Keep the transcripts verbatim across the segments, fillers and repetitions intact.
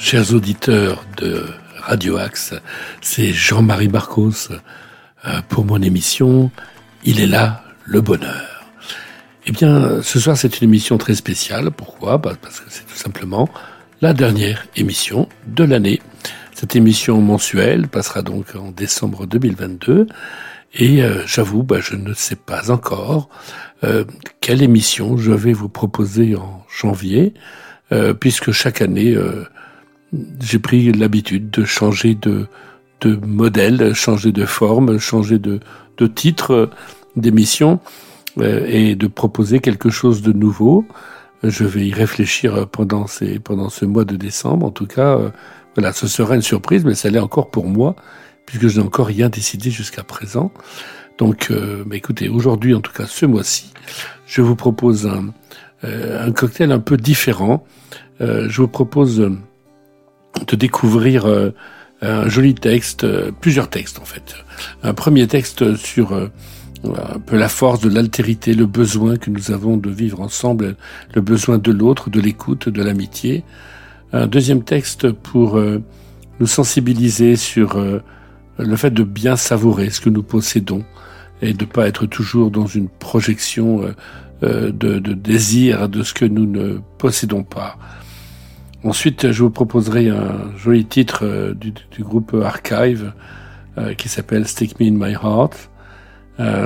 Chers auditeurs de Radio Axe, c'est Jean-Marie Marcos euh, pour mon émission « Il est là, le bonheur ». Eh bien, ce soir, c'est une émission très spéciale. Pourquoi ? Bah, parce que c'est tout simplement la dernière émission de l'année. Cette émission mensuelle passera donc en décembre deux mille vingt-deux. Et euh, j'avoue, bah, je ne sais pas encore euh, quelle émission je vais vous proposer en janvier, euh, puisque chaque année, euh, j'ai pris l'habitude de changer de, de modèle, changer de forme, changer de, de titre d'émission euh, et de proposer quelque chose de nouveau. Je vais y réfléchir pendant, ces, pendant ce mois de décembre. En tout cas, euh, voilà, ce sera une surprise, mais ça l'est encore pour moi, puisque je n'ai encore rien décidé jusqu'à présent. Donc, euh, bah écoutez, aujourd'hui, en tout cas ce mois-ci, je vous propose un, euh, un cocktail un peu différent. Euh, je vous propose euh, de découvrir euh, un joli texte, euh, plusieurs textes en fait. Un premier texte sur euh, un peu la force de l'altérité, le besoin que nous avons de vivre ensemble, le besoin de l'autre, de l'écoute, de l'amitié. Un deuxième texte pour euh, nous sensibiliser sur euh, le fait de bien savourer ce que nous possédons et de ne pas être toujours dans une projection euh, euh, de, de désir de ce que nous ne possédons pas. Ensuite, je vous proposerai un joli titre euh, du, du groupe Archive euh, qui s'appelle « Stick Me in My Heart euh, »,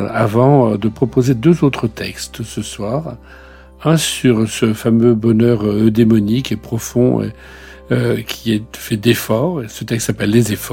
avant euh, de proposer deux autres textes ce soir. Un sur ce fameux bonheur euh, eudémonique et profond euh, euh, qui est fait d'efforts. Ce texte s'appelle « Les efforts »,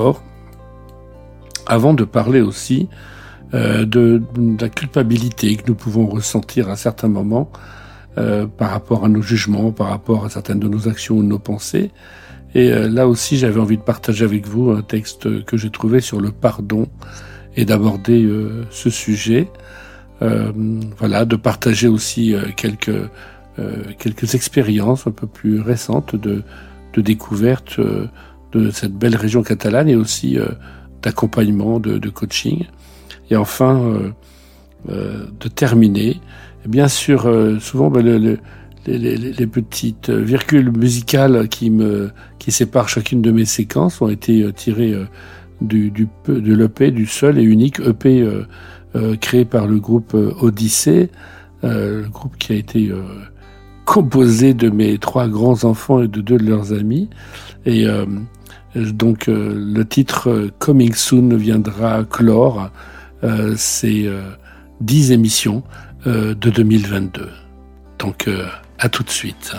avant de parler aussi euh, de, de la culpabilité que nous pouvons ressentir à certains moments Euh, par rapport à nos jugements, par rapport à certaines de nos actions ou de nos pensées. Et euh, là aussi, j'avais envie de partager avec vous un texte que j'ai trouvé sur le pardon et d'aborder euh, ce sujet. Euh, voilà, de partager aussi euh, quelques euh, quelques expériences un peu plus récentes de de découverte euh, de cette belle région catalane et aussi euh, d'accompagnement, de, de coaching. Et enfin, euh, euh, de terminer. Bien sûr, euh, souvent ben, le, le, les, les, les petites virgules musicales qui me qui séparent chacune de mes séquences ont été euh, tirées euh, du, du de l'E P, du seul et unique E P euh, euh, créé par le groupe euh, Odyssée, euh, le groupe qui a été euh, composé de mes trois grands enfants et de deux de leurs amis. Et euh, donc euh, le titre euh, Coming Soon viendra clore euh, ces euh, dix émissions Euh, de deux mille vingt-deux. Donc, euh, à tout de suite.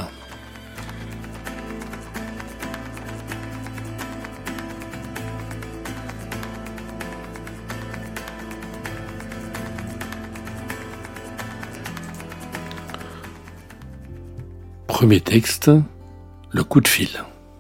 Premier texte, le coup de fil.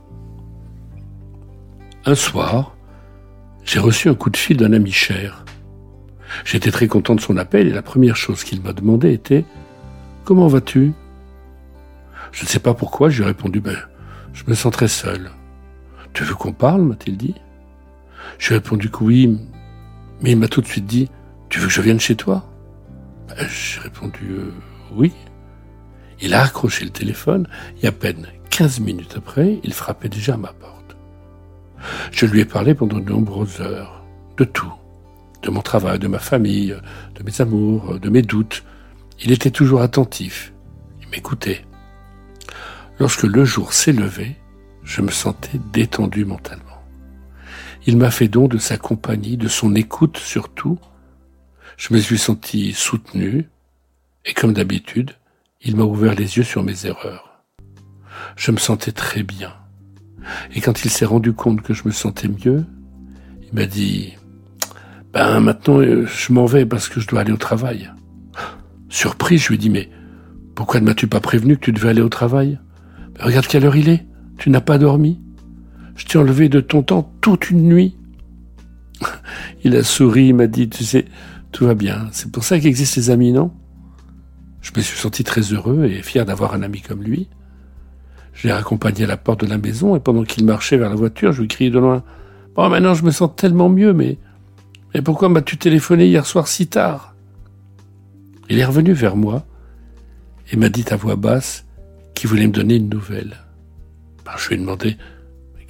Un soir, j'ai reçu un coup de fil d'un ami cher. J'étais très content de son appel et la première chose qu'il m'a demandé était « Comment vas-tu » Je ne sais pas pourquoi, je lui ai répondu « Ben, je me sens très seul. »« Tu veux qu'on parle ?» m'a-t-il dit. Je lui ai répondu que oui, mais il m'a tout de suite dit « Tu veux que je vienne chez toi ?» ben, J'ai répondu euh, « Oui ». Il a accroché le téléphone et à peine quinze minutes après, il frappait déjà à ma porte. Je lui ai parlé pendant de nombreuses heures, de tout. De mon travail, de ma famille, de mes amours, de mes doutes. Il était toujours attentif. Il m'écoutait. Lorsque le jour s'est levé, je me sentais détendu mentalement. Il m'a fait don de sa compagnie, de son écoute surtout. Je me suis senti soutenu et comme d'habitude, il m'a ouvert les yeux sur mes erreurs. Je me sentais très bien. Et quand il s'est rendu compte que je me sentais mieux, il m'a dit... Ben, maintenant, je m'en vais parce que je dois aller au travail. Surpris, je lui ai dit, mais pourquoi ne m'as-tu pas prévenu que tu devais aller au travail ? Ben, regarde quelle heure il est. Tu n'as pas dormi. Je t'ai enlevé de ton temps toute une nuit. Il a souri, il m'a dit, tu sais, tout va bien. C'est pour ça qu'existent les amis, non ? Je me suis senti très heureux et fier d'avoir un ami comme lui. Je l'ai raccompagné à la porte de la maison et pendant qu'il marchait vers la voiture, je lui criai de loin, bon, maintenant, je me sens tellement mieux, mais... « Mais pourquoi m'as-tu téléphoné hier soir si tard ?» Il est revenu vers moi et m'a dit à voix basse qu'il voulait me donner une nouvelle. Ben, je lui ai demandé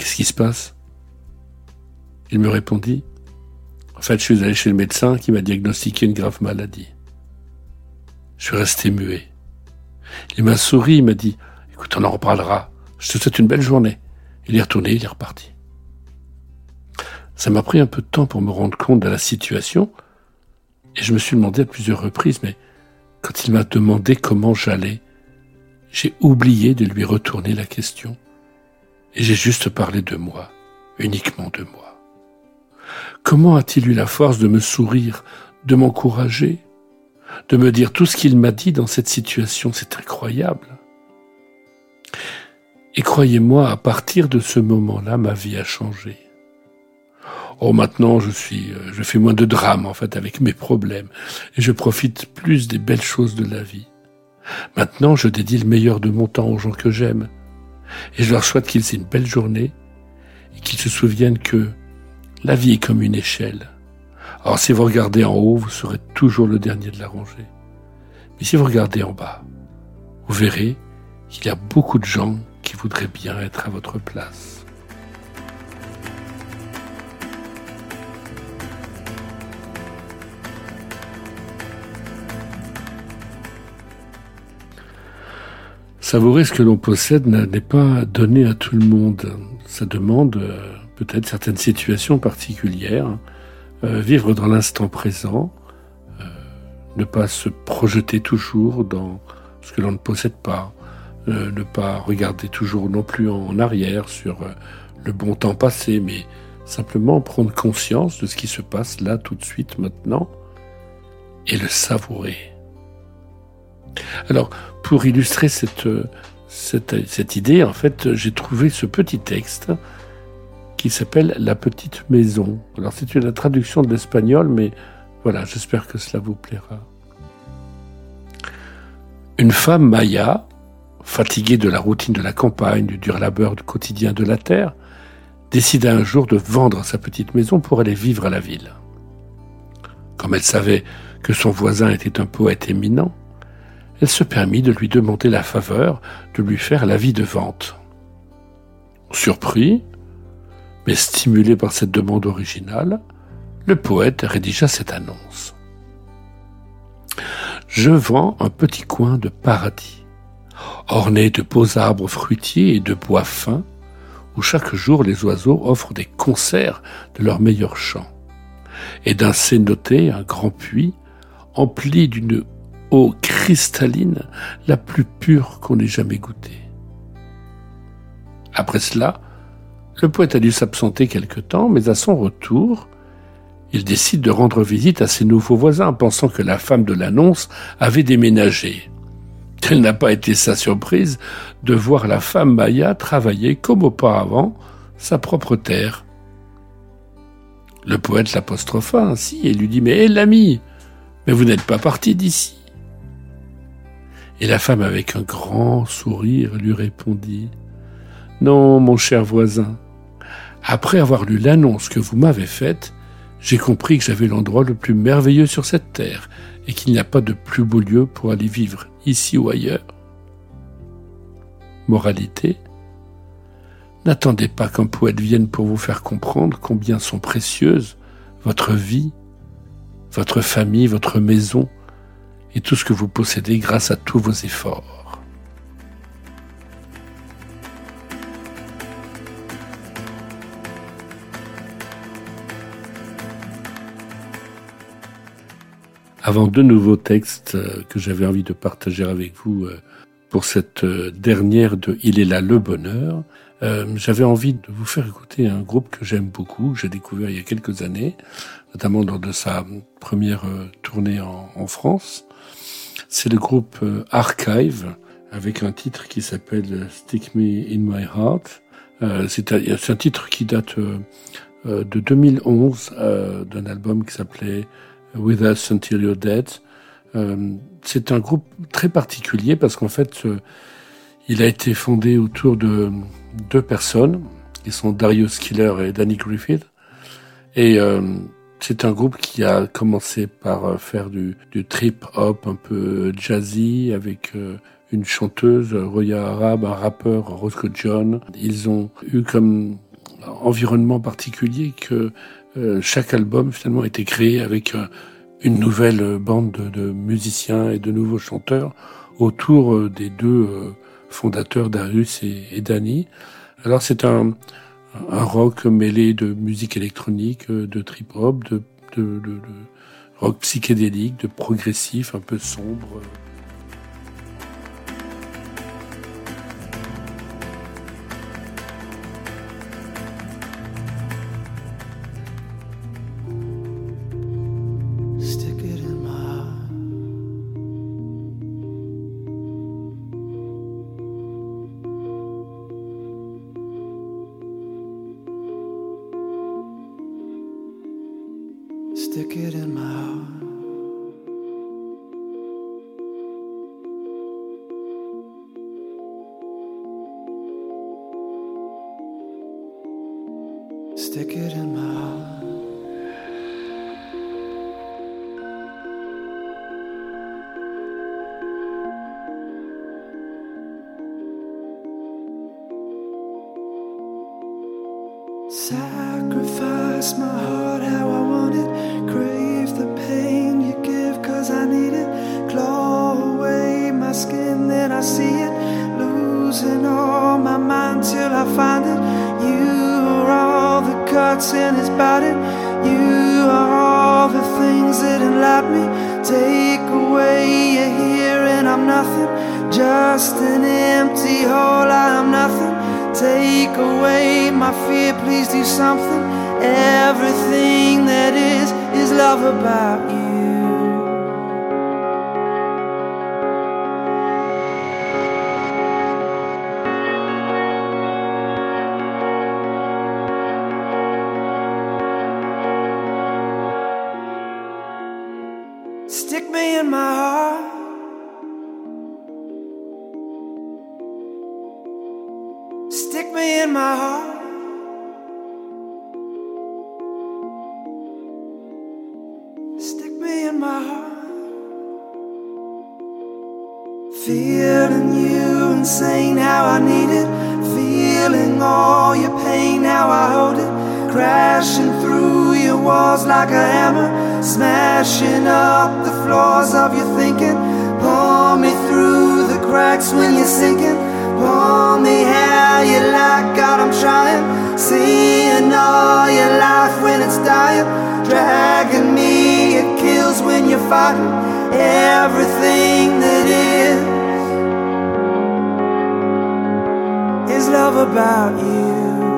Qu'est-ce qui se passe ? Il me répondit, en fait, je suis allé chez le médecin qui m'a diagnostiqué une grave maladie. Je suis resté muet. Il m'a souri, il m'a dit, écoute, on en reparlera. Je te souhaite une belle journée. Il est retourné, il est reparti. Ça m'a pris un peu de temps pour me rendre compte de la situation et je me suis demandé à plusieurs reprises, mais quand il m'a demandé comment j'allais, j'ai oublié de lui retourner la question et j'ai juste parlé de moi, uniquement de moi. Comment a-t-il eu la force de me sourire, de m'encourager, de me dire tout ce qu'il m'a dit dans cette situation? C'est incroyable. Et croyez-moi, à partir de ce moment-là, ma vie a changé. Oh, maintenant, je suis, je fais moins de drame, en fait, avec mes problèmes. Et je profite plus des belles choses de la vie. Maintenant, je dédie le meilleur de mon temps aux gens que j'aime. Et je leur souhaite qu'ils aient une belle journée et qu'ils se souviennent que la vie est comme une échelle. Alors, si vous regardez en haut, vous serez toujours le dernier de la rangée. Mais si vous regardez en bas, vous verrez qu'il y a beaucoup de gens qui voudraient bien être à votre place. Savourer ce que l'on possède n'est pas donné à tout le monde. Ça demande euh, peut-être certaines situations particulières. Euh, vivre dans l'instant présent, euh, ne pas se projeter toujours dans ce que l'on ne possède pas, euh, ne pas regarder toujours non plus en arrière sur euh, le bon temps passé, mais simplement prendre conscience de ce qui se passe là, tout de suite, maintenant, et le savourer. Alors, pour illustrer cette, cette, cette idée, en fait, j'ai trouvé ce petit texte qui s'appelle « La petite maison ». Alors, c'est une traduction de l'espagnol, mais voilà, j'espère que cela vous plaira. Une femme maya, fatiguée de la routine de la campagne, du dur labeur quotidien de la terre, décida un jour de vendre sa petite maison pour aller vivre à la ville. Comme elle savait que son voisin était un poète éminent, elle se permit de lui demander la faveur de lui faire l'avis de vente. Surpris, mais stimulé par cette demande originale, le poète rédigea cette annonce. « Je vends un petit coin de paradis, orné de beaux arbres fruitiers et de bois fins, où chaque jour les oiseaux offrent des concerts de leurs meilleurs chants, et d'un cénoté, un grand puits, empli d'une eau cristalline, la plus pure qu'on ait jamais goûtée. » Après cela, le poète a dû s'absenter quelque temps, mais à son retour, il décide de rendre visite à ses nouveaux voisins, pensant que la femme de l'annonce avait déménagé. Quelle n'a pas été sa surprise de voir la femme maya travailler comme auparavant sa propre terre. Le poète l'apostropha ainsi et lui dit « Mais hé, l'ami, mais vous n'êtes pas parti d'ici ?» Et la femme, avec un grand sourire, lui répondit « Non, mon cher voisin, après avoir lu l'annonce que vous m'avez faite, j'ai compris que j'avais l'endroit le plus merveilleux sur cette terre et qu'il n'y a pas de plus beau lieu pour aller vivre, ici ou ailleurs. » Moralité : n'attendez pas qu'un poète vienne pour vous faire comprendre combien sont précieuses votre vie, votre famille, votre maison et tout ce que vous possédez grâce à tous vos efforts. Avant deux nouveaux textes que j'avais envie de partager avec vous pour cette dernière de « Il est là le bonheur », euh, j'avais envie de vous faire écouter un groupe que j'aime beaucoup, que j'ai découvert il y a quelques années, notamment lors de sa première tournée en, en France. C'est le groupe Archive, avec un titre qui s'appelle « Stick Me in My Heart ». Euh, c'est, un, c'est un titre qui date euh, de deux mille onze, euh, d'un album qui s'appelait « With Us Until You're Dead ». Euh, c'est un groupe très particulier parce qu'en fait, euh, il a été fondé autour de deux personnes, qui sont Darius Killer et Danny Griffith. Et euh, c'est un groupe qui a commencé par faire du, du trip-hop un peu jazzy avec euh, une chanteuse, Roya Arab, un rappeur, Roscoe John. Ils ont eu comme environnement particulier que euh, chaque album finalement a été créé avec euh, une nouvelle bande de, de musiciens et de nouveaux chanteurs autour euh, des deux euh, fondateurs, Darius et, et Danny. Alors c'est un, un rock mêlé de musique électronique, de trip-hop, de, de, de, de rock psychédélique, de progressif, un peu sombre. Stick it in my heart. Stick it in my heart. Sacrifice my heart how I want it. Crave the pain you give cause I need it. Claw away my skin then I see it. Losing all my mind till I find it. You are all the cuts in his body. You are all the things that enlighten me. Take away your here and I'm nothing. Just an empty hole, I am nothing. Take away my fear, please do something. Everything that is, is love about you. Stick me in my heart. Stick me in my heart. Stick me in my heart. Feeling you and saying how I need it. Feeling all your pain, how I hold it. Crashing through your walls like a hammer. Smashing up the floors of your thinking. Pull me through the cracks when you're sinking. Pull me how you like, God I'm trying. Seeing all your life when it's dying. Dragging me, it kills when you're fighting. Everything that is, is love about you.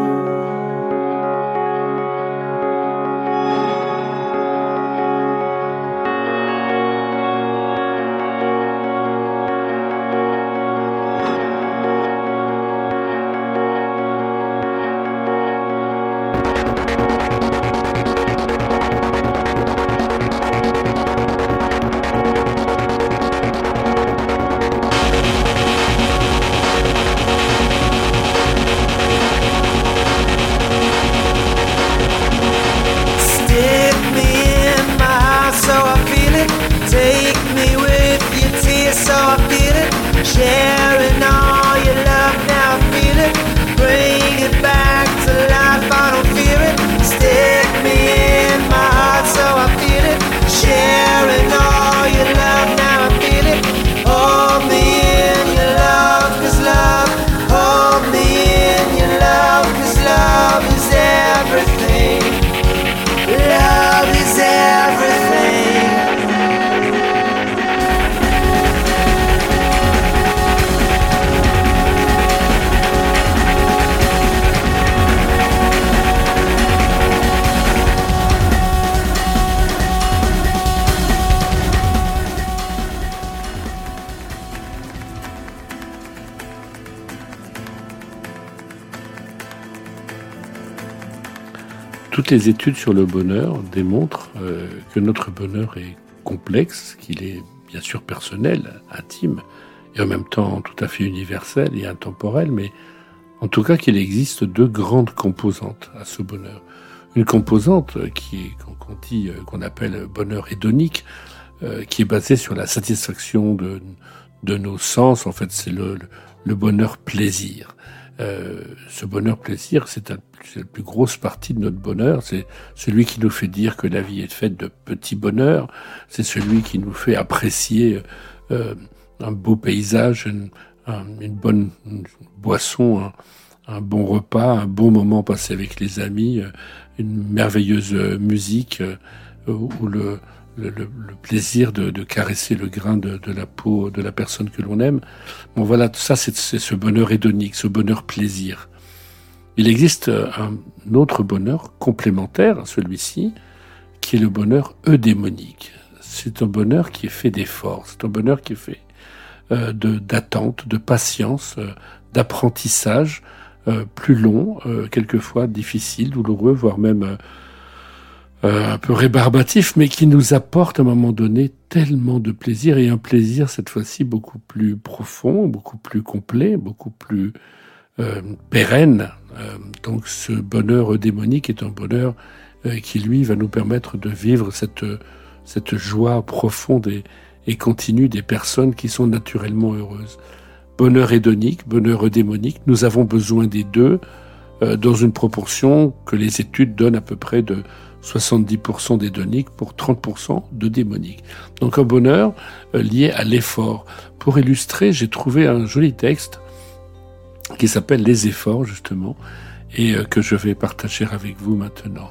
Sharing all your love, now I feel it. Bring it back to life, I don't fear it. Stick me in my heart so I feel it. Sharing all your love, now I feel it. Hold me in your love, cause love. Hold me in your love, cause love is everything. Love is everything. Toutes les études sur le bonheur démontrent euh, que notre bonheur est complexe, qu'il est bien sûr personnel, intime, et en même temps tout à fait universel et intemporel, mais en tout cas qu'il existe deux grandes composantes à ce bonheur. Une composante qui est, qu'on dit, qu'on appelle bonheur hédonique, euh, qui est basée sur la satisfaction de, de nos sens. En fait, c'est le, le bonheur plaisir. Euh, ce bonheur-plaisir, c'est, un, c'est la plus grosse partie de notre bonheur. C'est celui qui nous fait dire que la vie est faite de petits bonheurs. C'est celui qui nous fait apprécier euh, un beau paysage, une, un, une bonne une boisson, un, un bon repas, un bon moment passé avec les amis, une merveilleuse musique euh, ou le, le, le, le plaisir de, de caresser le grain de, de la peau de la personne que l'on aime. Bon voilà, tout ça c'est, c'est ce bonheur hédonique, ce bonheur plaisir. Il existe un autre bonheur complémentaire à celui-ci, qui est le bonheur eudémonique. C'est un bonheur qui est fait d'efforts, c'est un bonheur qui est fait euh, de, d'attente, de patience, euh, d'apprentissage, euh, plus long, euh, quelquefois difficile, douloureux, voire même euh, Euh, un peu rébarbatif, mais qui nous apporte à un moment donné tellement de plaisir, et un plaisir cette fois-ci beaucoup plus profond, beaucoup plus complet, beaucoup plus euh, pérenne. Euh, donc ce bonheur démonique est un bonheur euh, qui lui va nous permettre de vivre cette, cette joie profonde et, et continue des personnes qui sont naturellement heureuses. Bonheur hédonique, bonheur démonique, nous avons besoin des deux euh, dans une proportion que les études donnent à peu près de soixante-dix pour cent d'hédonique pour trente pour cent de démonique. Donc un bonheur euh, lié à l'effort. Pour illustrer, j'ai trouvé un joli texte qui s'appelle « Les efforts » justement, et euh, que je vais partager avec vous maintenant.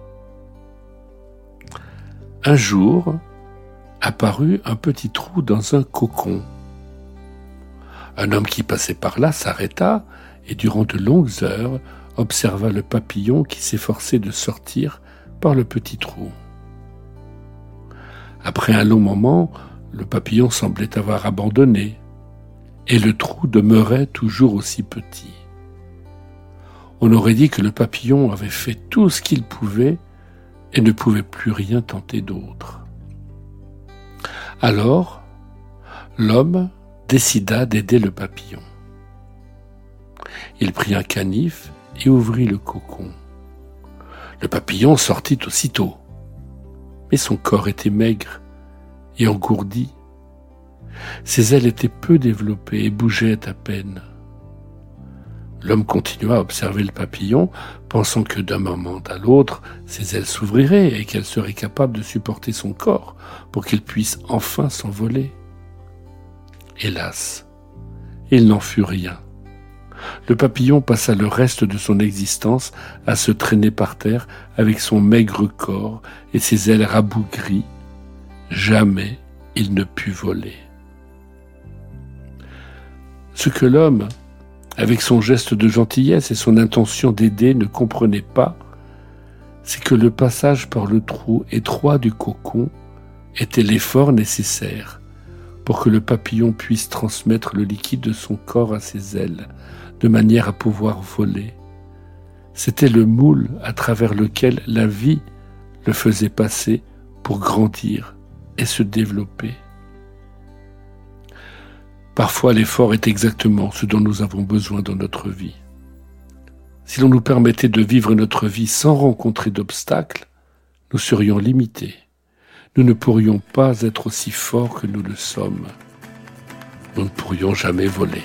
Un jour, apparut un petit trou dans un cocon. Un homme qui passait par là s'arrêta et durant de longues heures observa le papillon qui s'efforçait de sortir par le petit trou. Après un long moment, le papillon semblait avoir abandonné, et le trou demeurait toujours aussi petit. On aurait dit que le papillon avait fait tout ce qu'il pouvait et ne pouvait plus rien tenter d'autre. Alors, l'homme décida d'aider le papillon. Il prit un canif et ouvrit le cocon. Le papillon sortit aussitôt, mais son corps était maigre et engourdi. Ses ailes étaient peu développées et bougeaient à peine. L'homme continua à observer le papillon, pensant que d'un moment à l'autre, ses ailes s'ouvriraient et qu'elle serait capable de supporter son corps pour qu'il puisse enfin s'envoler. Hélas, il n'en fut rien. Le papillon passa le reste de son existence à se traîner par terre avec son maigre corps et ses ailes rabougries. Jamais il ne put voler. Ce que l'homme, avec son geste de gentillesse et son intention d'aider, ne comprenait pas, c'est que le passage par le trou étroit du cocon était l'effort nécessaire pour que le papillon puisse transmettre le liquide de son corps à ses ailes, de manière à pouvoir voler. C'était le moule à travers lequel la vie le faisait passer pour grandir et se développer. Parfois, l'effort est exactement ce dont nous avons besoin dans notre vie. Si l'on nous permettait de vivre notre vie sans rencontrer d'obstacles, nous serions limités. Nous ne pourrions pas être aussi forts que nous le sommes. Nous ne pourrions jamais voler.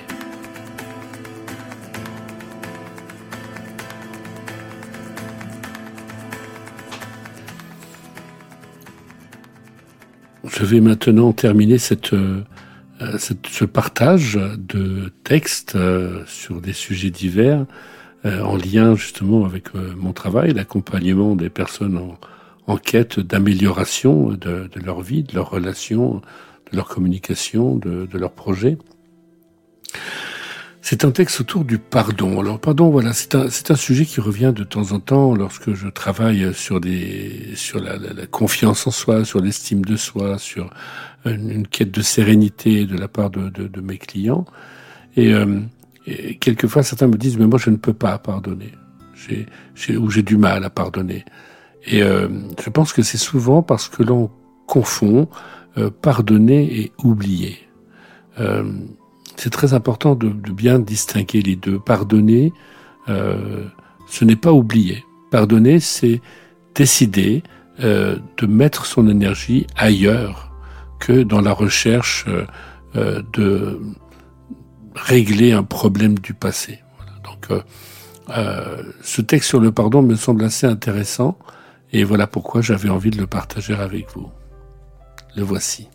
Je vais maintenant terminer cette, euh, cette, ce partage de textes euh, sur des sujets divers euh, en lien justement avec euh, mon travail, l'accompagnement des personnes en, en quête d'amélioration de, de leur vie, de leurs relations, de leur communication, de, de leurs projets. C'est un texte autour du pardon. Alors, pardon, voilà, c'est un, c'est un sujet qui revient de temps en temps lorsque je travaille sur des, sur la, la, la confiance en soi, sur l'estime de soi, sur une, une quête de sérénité de la part de, de, de mes clients. Et, euh, et quelquefois, certains me disent, mais moi, je ne peux pas pardonner. J'ai, j'ai, ou j'ai du mal à pardonner. Et euh, je pense que c'est souvent parce que l'on confond euh, pardonner et oublier. Euh, C'est très important de, de bien distinguer les deux. Pardonner, euh, ce n'est pas oublier. Pardonner, c'est décider euh, de mettre son énergie ailleurs que dans la recherche euh, de régler un problème du passé. Voilà. Donc, Donc, euh, euh, ce texte sur le pardon me semble assez intéressant, et voilà pourquoi j'avais envie de le partager avec vous. Le voici.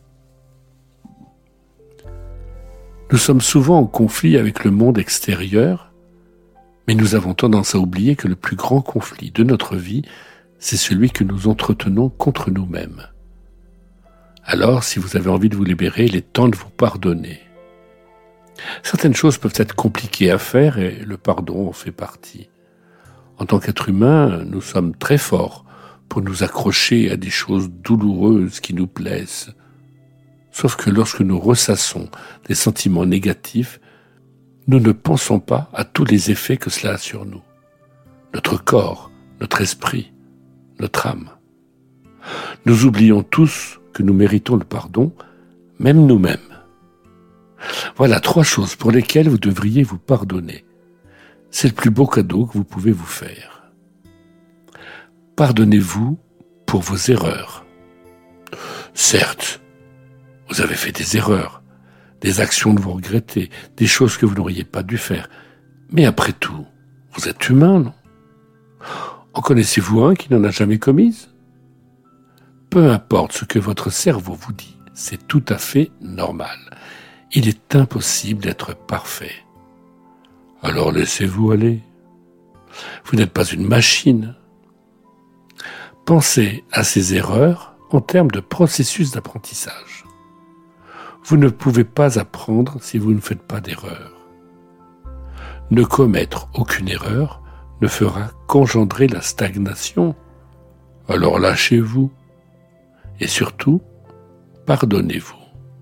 Nous sommes souvent en conflit avec le monde extérieur, mais nous avons tendance à oublier que le plus grand conflit de notre vie, c'est celui que nous entretenons contre nous-mêmes. Alors, si vous avez envie de vous libérer, il est temps de vous pardonner. Certaines choses peuvent être compliquées à faire et le pardon en fait partie. En tant qu'être humain, nous sommes très forts pour nous accrocher à des choses douloureuses qui nous plaisent. Sauf que lorsque nous ressassons des sentiments négatifs, nous ne pensons pas à tous les effets que cela a sur nous. Notre corps, notre esprit, notre âme. Nous oublions tous que nous méritons le pardon, même nous-mêmes. Voilà trois choses pour lesquelles vous devriez vous pardonner. C'est le plus beau cadeau que vous pouvez vous faire. Pardonnez-vous pour vos erreurs. Certes, vous avez fait des erreurs, des actions que vous regrettez, des choses que vous n'auriez pas dû faire. Mais après tout, vous êtes humain, non ? En connaissez-vous un qui n'en a jamais commise ? Peu importe ce que votre cerveau vous dit, c'est tout à fait normal. Il est impossible d'être parfait. Alors laissez-vous aller. Vous n'êtes pas une machine. Pensez à ces erreurs en termes de processus d'apprentissage. Vous ne pouvez pas apprendre si vous ne faites pas d'erreur. Ne commettre aucune erreur ne fera qu'engendrer la stagnation. Alors lâchez-vous. Et surtout, pardonnez-vous.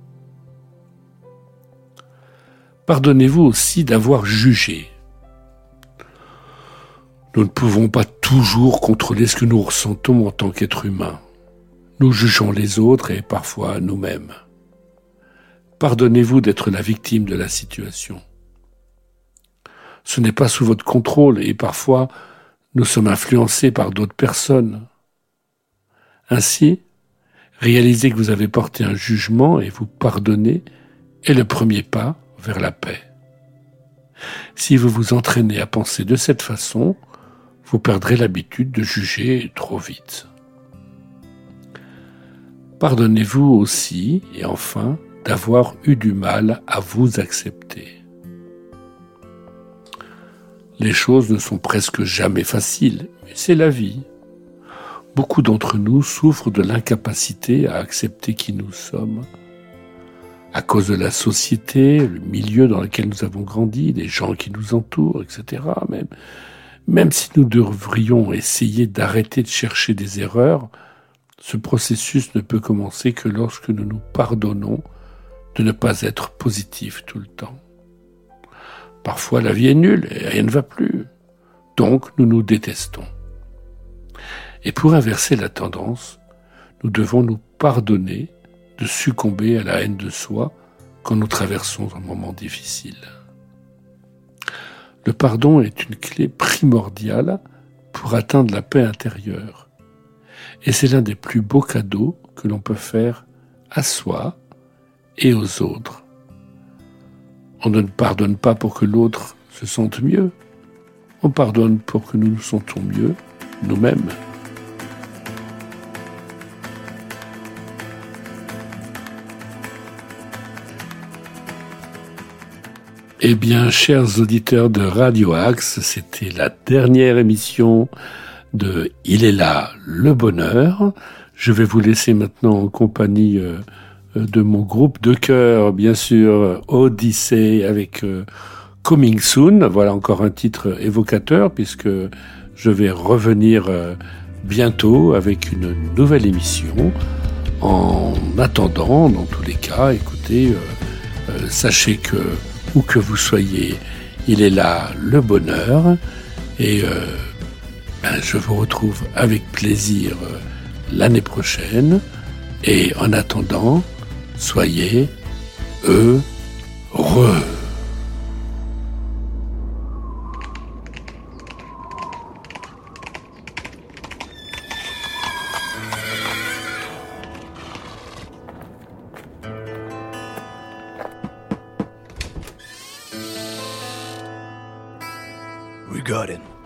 Pardonnez-vous aussi d'avoir jugé. Nous ne pouvons pas toujours contrôler ce que nous ressentons en tant qu'être humain. Nous jugeons les autres et parfois nous-mêmes. Pardonnez-vous d'être la victime de la situation. Ce n'est pas sous votre contrôle et parfois nous sommes influencés par d'autres personnes. Ainsi, réaliser que vous avez porté un jugement et vous pardonner est le premier pas vers la paix. Si vous vous entraînez à penser de cette façon, vous perdrez l'habitude de juger trop vite. Pardonnez-vous aussi, et enfin, d'avoir eu du mal à vous accepter. Les choses ne sont presque jamais faciles, mais c'est la vie. Beaucoup d'entre nous souffrent de l'incapacité à accepter qui nous sommes, à cause de la société, le milieu dans lequel nous avons grandi, les gens qui nous entourent, et cetera. Même, même si nous devrions essayer d'arrêter de chercher des erreurs, ce processus ne peut commencer que lorsque nous nous pardonnons de ne pas être positifs tout le temps. Parfois, la vie est nulle et rien ne va plus. Donc, nous nous détestons. Et pour inverser la tendance, nous devons nous pardonner de succomber à la haine de soi quand nous traversons un moment difficile. Le pardon est une clé primordiale pour atteindre la paix intérieure. Et c'est l'un des plus beaux cadeaux que l'on peut faire à soi et aux autres. On ne pardonne pas pour que l'autre se sente mieux. On pardonne pour que nous nous sentons mieux nous-mêmes. Eh bien, chers auditeurs de Radio Axe, c'était la dernière émission de Il est là, le bonheur. Je vais vous laisser maintenant en compagnie euh, de mon groupe de chœur, bien sûr, Odyssée, avec euh, Coming Soon. Voilà encore un titre évocateur, puisque je vais revenir euh, bientôt avec une nouvelle émission. En attendant, dans tous les cas, écoutez, euh, euh, sachez que où que vous soyez, il est là le bonheur et euh, ben, je vous retrouve avec plaisir euh, l'année prochaine et en attendant, soyez heureux. gutted.